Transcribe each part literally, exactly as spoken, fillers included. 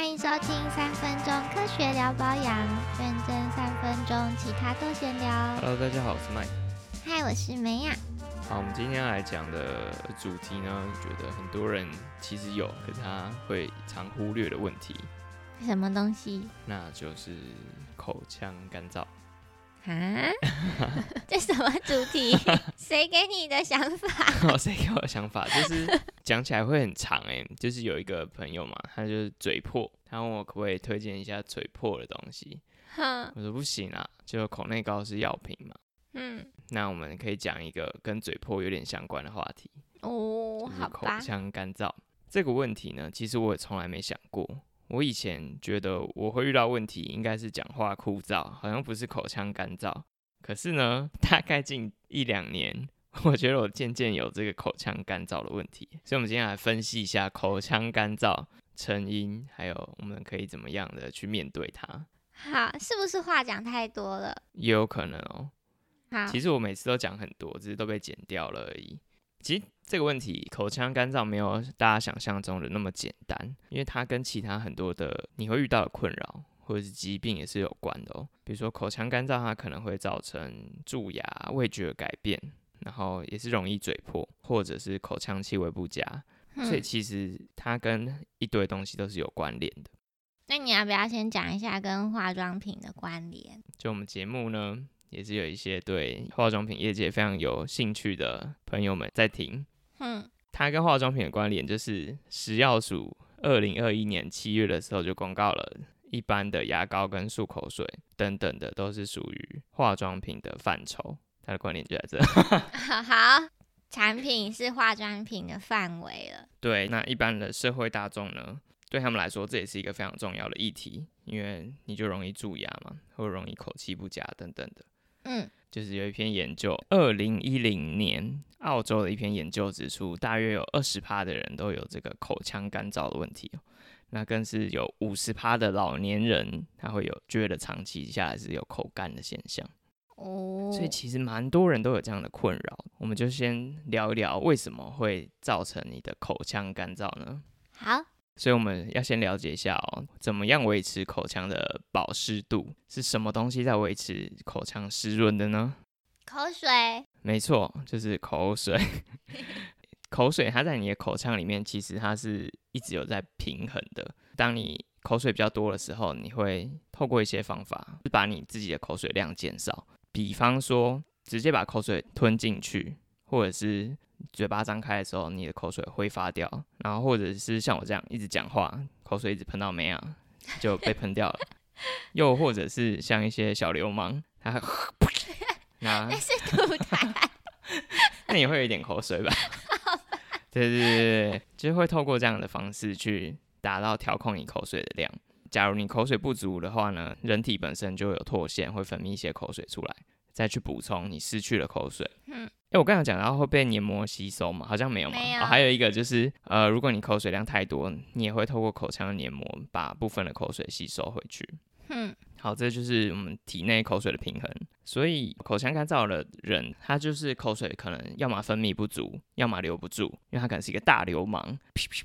欢迎收听三分钟科学聊保养，认真三分钟，其他都闲聊。 Hello， 大家好，我是 Mike。 嗨，我是梅亚。 好，我们今天要来讲的主题呢，觉得很多人其实有，可是他会常忽略的问题。 什么东西？ 那就是口腔干燥。 啊？这什么主题？谁给你的想法？ 哦，谁给我的想法？就是讲起来会很长哎、欸。就是有一个朋友嘛，他就是嘴破，他问我可不可以推荐一下嘴破的东西。我说不行啊，就口内膏是药品嘛。嗯，那我们可以讲一个跟嘴破有点相关的话题。 哦， 就是口腔干燥这个问题呢，其实我也从来没想过。我以前觉得我会遇到问题，应该是讲话枯燥，好像不是口腔干燥。可是呢，大概近一两年，我觉得我渐渐有这个口腔干燥的问题。所以，我们今天来分析一下口腔干燥成因，还有我们可以怎么样的去面对它。 好，是不是话讲太多了？ 也有可能哦。 好， 其实我每次都讲很多，只是都被剪掉了而已。其实这个问题，口腔干燥没有大家想象中的那么简单，因为它跟其他很多的你会遇到的困扰或者是疾病也是有关的哦。比如说口腔干燥，它可能会造成蛀牙、味觉的改变，然后也是容易嘴破，或者是口腔气味不佳。嗯、所以其实它跟一堆东西都是有关联的。 那你要不要先讲一下跟化妆品的关联？ 就我们节目呢，也是有一些对化妆品业界非常有兴趣的朋友们在听。嗯，它跟化妆品的关联就是食药署二零二一年七月的时候就公告了，一般的牙膏跟漱口水等等的都是属于化妆品的范畴，它的关联就在这。 好，产品是化妆品的范围了。对， 那一般的社会大众呢，对他们来说这也是一个非常重要的议题，因为你就容易蛀牙嘛，或容易口气不佳等等的。嗯，就是有一篇研究，二零一零年澳洲的一篇研究指出，大约有 百分之二十 的人都有这个口腔干燥的问题、哦、那更是有 百分之五十 的老年人，他会有觉得长期下来是有口干的现象。哦，所以其实蛮多人都有这样的困扰。我们就先聊一聊为什么会造成你的口腔干燥呢？ 好。 所以我们要先了解一下哦，怎么样维持口腔的保湿度？是什么东西在维持口腔湿润的呢？ 口水。 没错，就是口水。口水它在你的口腔里面，其实它是一直有在平衡的。当你口水比较多的时候，你会透过一些方法，把你自己的口水量减少。比方说，直接把口水吞进去，或者是嘴巴张开的时候，你的口水挥发掉，然后或者是像我这样一直讲话，口水一直喷到眉啊，就被喷掉了。又或者是像一些小流氓，他那那是吐痰， 那你会有一点口水吧？对对对对，就是会透过这样的方式去达到调控你口水的量。假如你口水不足的话呢，人体本身就有唾腺，会分泌一些口水出来，再去补充你失去的口水。嗯。欸、我刚才讲到会被黏膜吸收吗？好像没有嘛。 没有。 哦、还有一个就是，呃，如果你口水量太多，你也会透过口腔的黏膜把部分的口水吸收回去。嗯，好，这就是我们体内口水的平衡。所以口腔干燥的人，他就是口水可能要么分泌不足，要么留不住，因为他可能是一个大流氓。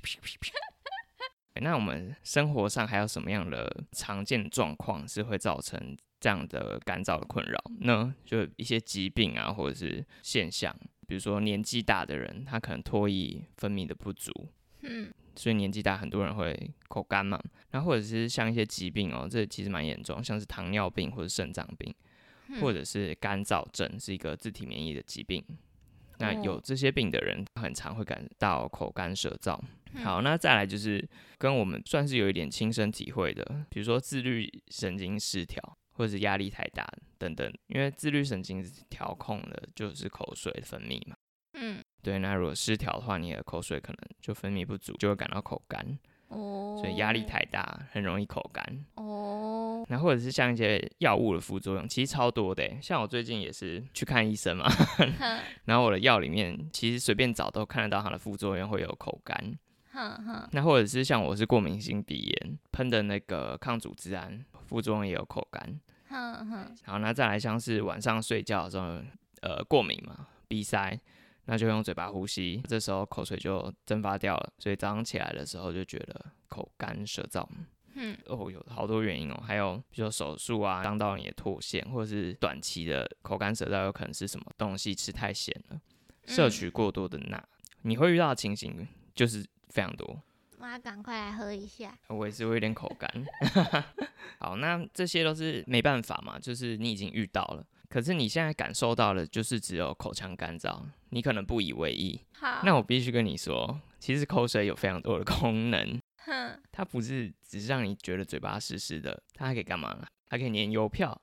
那我们生活上还有什么样的常见状况是会造成这样的干燥的困扰呢？就一些疾病啊，或者是现象，比如说年纪大的人，他可能唾液分泌的不足，嗯，所以年纪大很多人会口干嘛。然后或者是像一些疾病哦，这其实蛮严重，像是糖尿病或者肾脏病，或者是干燥症，是一个自体免疫的疾病。那有这些病的人，很常会感到口干舌燥。好，那再来就是跟我们算是有一点亲身体会的，比如说自律神经失调，或者是压力太大等等。因为自律神经调控的就是口水分泌嘛。嗯，对。那如果失调的话，你的口水可能就分泌不足，就会感到口干。哦，所以压力太大，很容易口干。哦，那或者是像一些药物的副作用，其实超多的。像我最近也是去看医生嘛，然后我的药里面其实随便找都看得到它的副作用会有口干。那或者是像我是过敏性鼻炎，喷的那个抗组织胺副作用也有口干。好，那再来像是晚上睡觉的时候，呃，过敏嘛，鼻塞，那就用嘴巴呼吸，这时候口水就蒸发掉了，所以早上起来的时候就觉得口干舌燥。 嗯， 哦，有好多原因哦，还有比如说手术啊，伤到你的唾腺，或者是短期的口干舌燥，有可能是什么东西吃太咸了，摄取过多的钠，你会遇到的情形就是非常多。 我要赶快来喝一下。 我也是会有点口干。好，那这些都是没办法嘛，就是你已经遇到了，可是你现在感受到的就是只有口腔干燥，你可能不以为意。 好， 那我必须跟你说，其实口水有非常多的功能， 哼， 它不是只是让你觉得嘴巴湿湿的，它还可以干嘛呢？它可以粘邮票。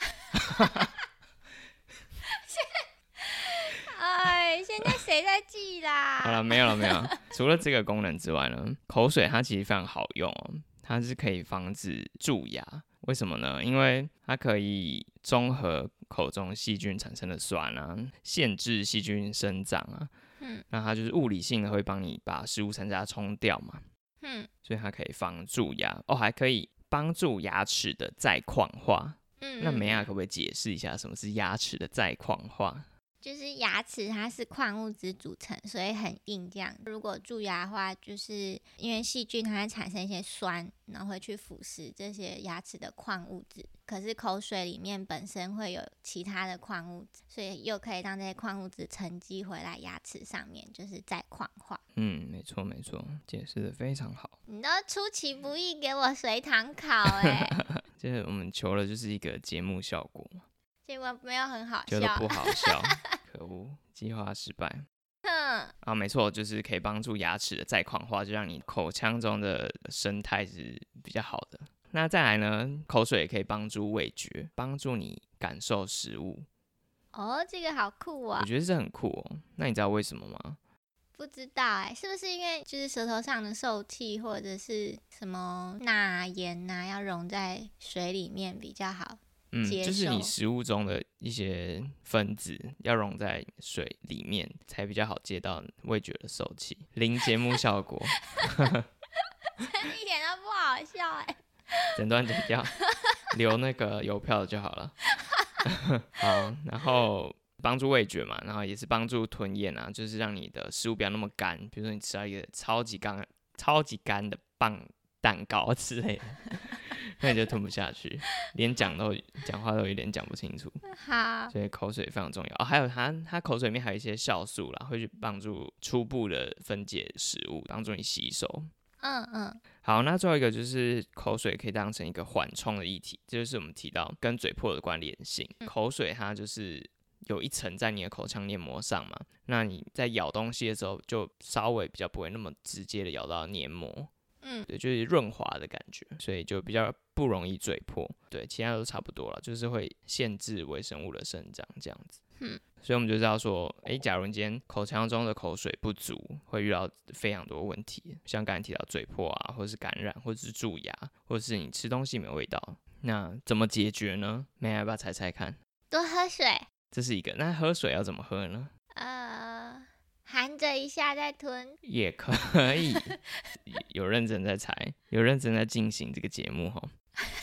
哎，现在谁在记啦？ 好了，没有了，没有。除了这个功能之外呢，口水它其实非常好用哦，它是可以防止蛀牙。为什么呢？因为它可以中和口中细菌产生的酸啊，限制细菌生长啊。嗯，那它就是物理性的会帮你把食物残渣冲掉嘛。嗯，所以它可以防蛀牙哦，还可以帮助牙齿的再矿化。嗯，那美亚可不可以解释一下什么是牙齿的再矿化？ 就是牙齿它是矿物质组成，所以很硬这样。如果蛀牙的话，就是因为细菌它会产生一些酸，然后会去腐蚀这些牙齿的矿物质。可是口水里面本身会有其他的矿物质，所以又可以让这些矿物质沉积回来牙齿上面，就是再矿化。 嗯，没错没错，解释得非常好。 你都出其不意给我随堂考哎、欸！ 这我们求的就是一个节目效果嘛。 结果没有很好笑， 觉得不好笑，可恶，计划失败。嗯，啊，没错，就是可以帮助牙齿的再矿化，就让你口腔中的生态是比较好的。那再来呢，口水也可以帮助味觉，帮助你感受食物。 哦，这个好酷啊！ 我觉得这很酷哦。那你知道为什么吗？ 不知道哎、欸，是不是因为就是舌头上的受气或者是什么钠盐呐，要溶在水里面比较好？ 嗯，就是你食物中的一些分子要溶在水里面，才比较好接到味觉的受气。零节目效果， 真一点都不好笑哎、欸！ 整段剪掉，留那个邮票就好了。好，然后帮助味觉嘛，然後也是帮助吞咽啊，就是让你的食物不要那么干。比如说你吃到一个超级干、超级干的棒蛋糕之类的。那你就吞不下去，连讲都讲话都有点讲不清楚。 好， 所以口水非常重要哦。还有它，它口水里面还有一些酵素啦，会去帮助初步的分解食物，帮助你吸收。 嗯嗯。 好，那最后一个就是口水可以当成一个缓冲的液体，这就是我们提到跟嘴破的关联性。嗯、口水它就是有一层在你的口腔黏膜上嘛，那你在咬东西的时候就稍微比较不会那么直接的咬到黏膜。嗯，对，就是润滑的感觉，所以就比较不容易嘴破。对，其他都差不多了，就是会限制微生物的生长这样子。嗯，所以我们就知道说，哎，假如你今天口腔中的口水不足，会遇到非常多问题，像刚才提到嘴破啊，或是感染，或者是蛀牙，或者是你吃东西没味道。那怎么解决呢？妹要不要猜猜看？ 多喝水。 这是一个。那喝水要怎么喝呢？ 呃。含着一下再吞也可以，有认真在猜，有认真在进行这个节目齁。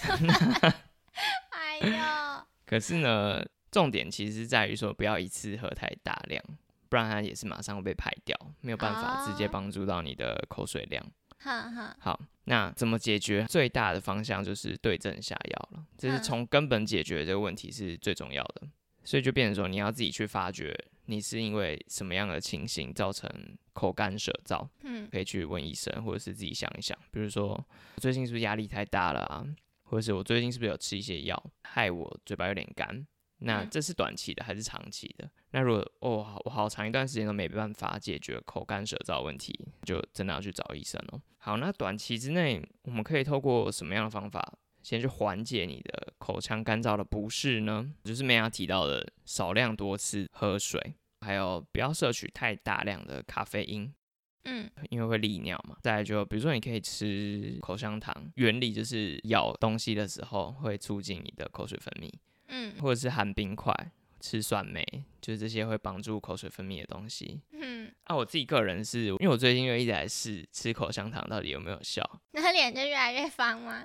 哎呦！ 可是呢，重点其实是在于说不要一次喝太大量，不然它也是马上会被排掉，没有办法直接帮助到你的口水量。 哦、 好，那怎么解决？最大的方向就是对症下药了，这是从根本解决这个问题是最重要的。所以就变成说，你要自己去发掘你是因为什么样的情形造成口干舌燥，嗯，可以去问医生，或者是自己想一想，比如说我最近是不是压力太大了啊，或者是我最近是不是有吃一些药，害我嘴巴有点干，那这是短期的还是长期的？那如果哦我好长一段时间都没办法解决口干舌燥的问题，就真的要去找医生哦。好，那短期之内我们可以透过什么样的方法先去缓解你的口腔干燥的不适呢？就是妹亚提到的少量多次喝水，还有不要摄取太大量的咖啡因，嗯，因为会利尿嘛。再来就比如说你可以吃口香糖，原理就是咬东西的时候会促进你的口水分泌，嗯，或者是含冰块、吃酸梅，就是这些会帮助口水分泌的东西。嗯，啊，我自己个人是因为我最近又一直在试吃口香糖到底有没有效， 那脸就越来越方吗？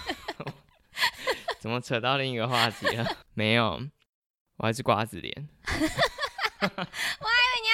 怎么扯到另一个话题了？没有，我还是瓜子脸。 我还以为你要讲什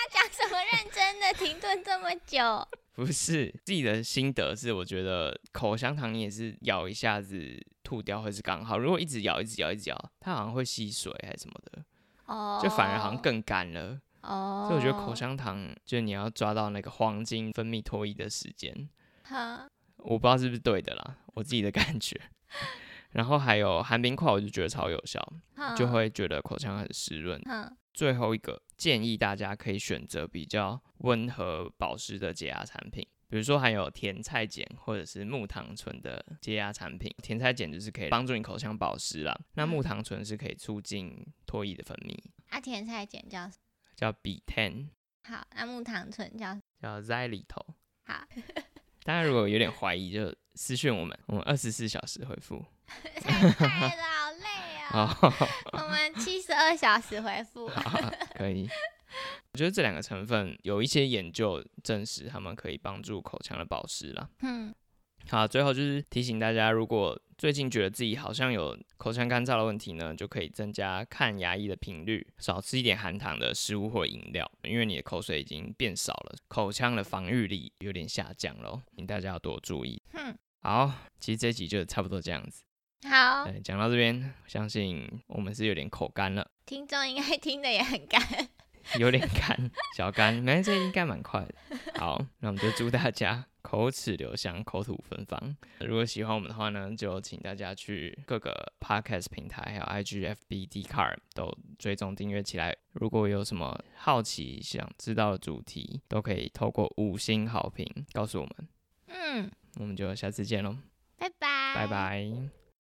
什么认真的停顿这么久？ 不是，自己的心得是，我觉得口香糖你也是咬一下子吐掉会是刚好，如果一直咬一直咬一直咬，它好像会吸水还是什么的， 哦， 就反而好像更干了。 哦， 所以我觉得口香糖就是你要抓到那个黄金分泌唾液的时间，我不知道是不是对的啦，我自己的感觉。然后还有含冰块，我就觉得超有效，就会觉得口腔很湿润。最后一个建议大家可以选择比较温和保湿的洁牙产品，比如说含有甜菜碱或者是木糖醇的洁牙产品。甜菜碱就是可以帮助你口腔保湿啦，那木糖醇是可以促进唾液的分泌。 啊，甜菜碱叫什么？ 叫 B 十。 好，那木糖醇叫叫 Xylitol。 好， 大家如果有点怀疑，就私讯我们，我们二十四小时回复。 太快了，好累啊、哦！我们七十二小时回复。 好，可以。我觉得这两个成分有一些研究证实，它们可以帮助口腔的保湿啦。嗯。好，最后就是提醒大家，如果最近觉得自己好像有口腔干燥的问题呢，就可以增加看牙医的频率，少吃一点含糖的食物或饮料，因为你的口水已经变少了，口腔的防御力有点下降了，请大家要多注意。嗯，好，其实这集就差不多这样子。 好， 讲到这边，相信我们是有点口干了， 听众应该听得也很干。 有点干，小干，没这应该蛮快的。好，那我们就祝大家口齿留香，口吐芬芳。如果喜欢我们的话呢，就请大家去各个 podcast 平台，还有 I G、F B、Dcard 都追踪订阅起来。如果有什么好奇想知道的主题，都可以透过五星好评告诉我们。嗯，我们就下次见喽， 拜拜， 拜拜。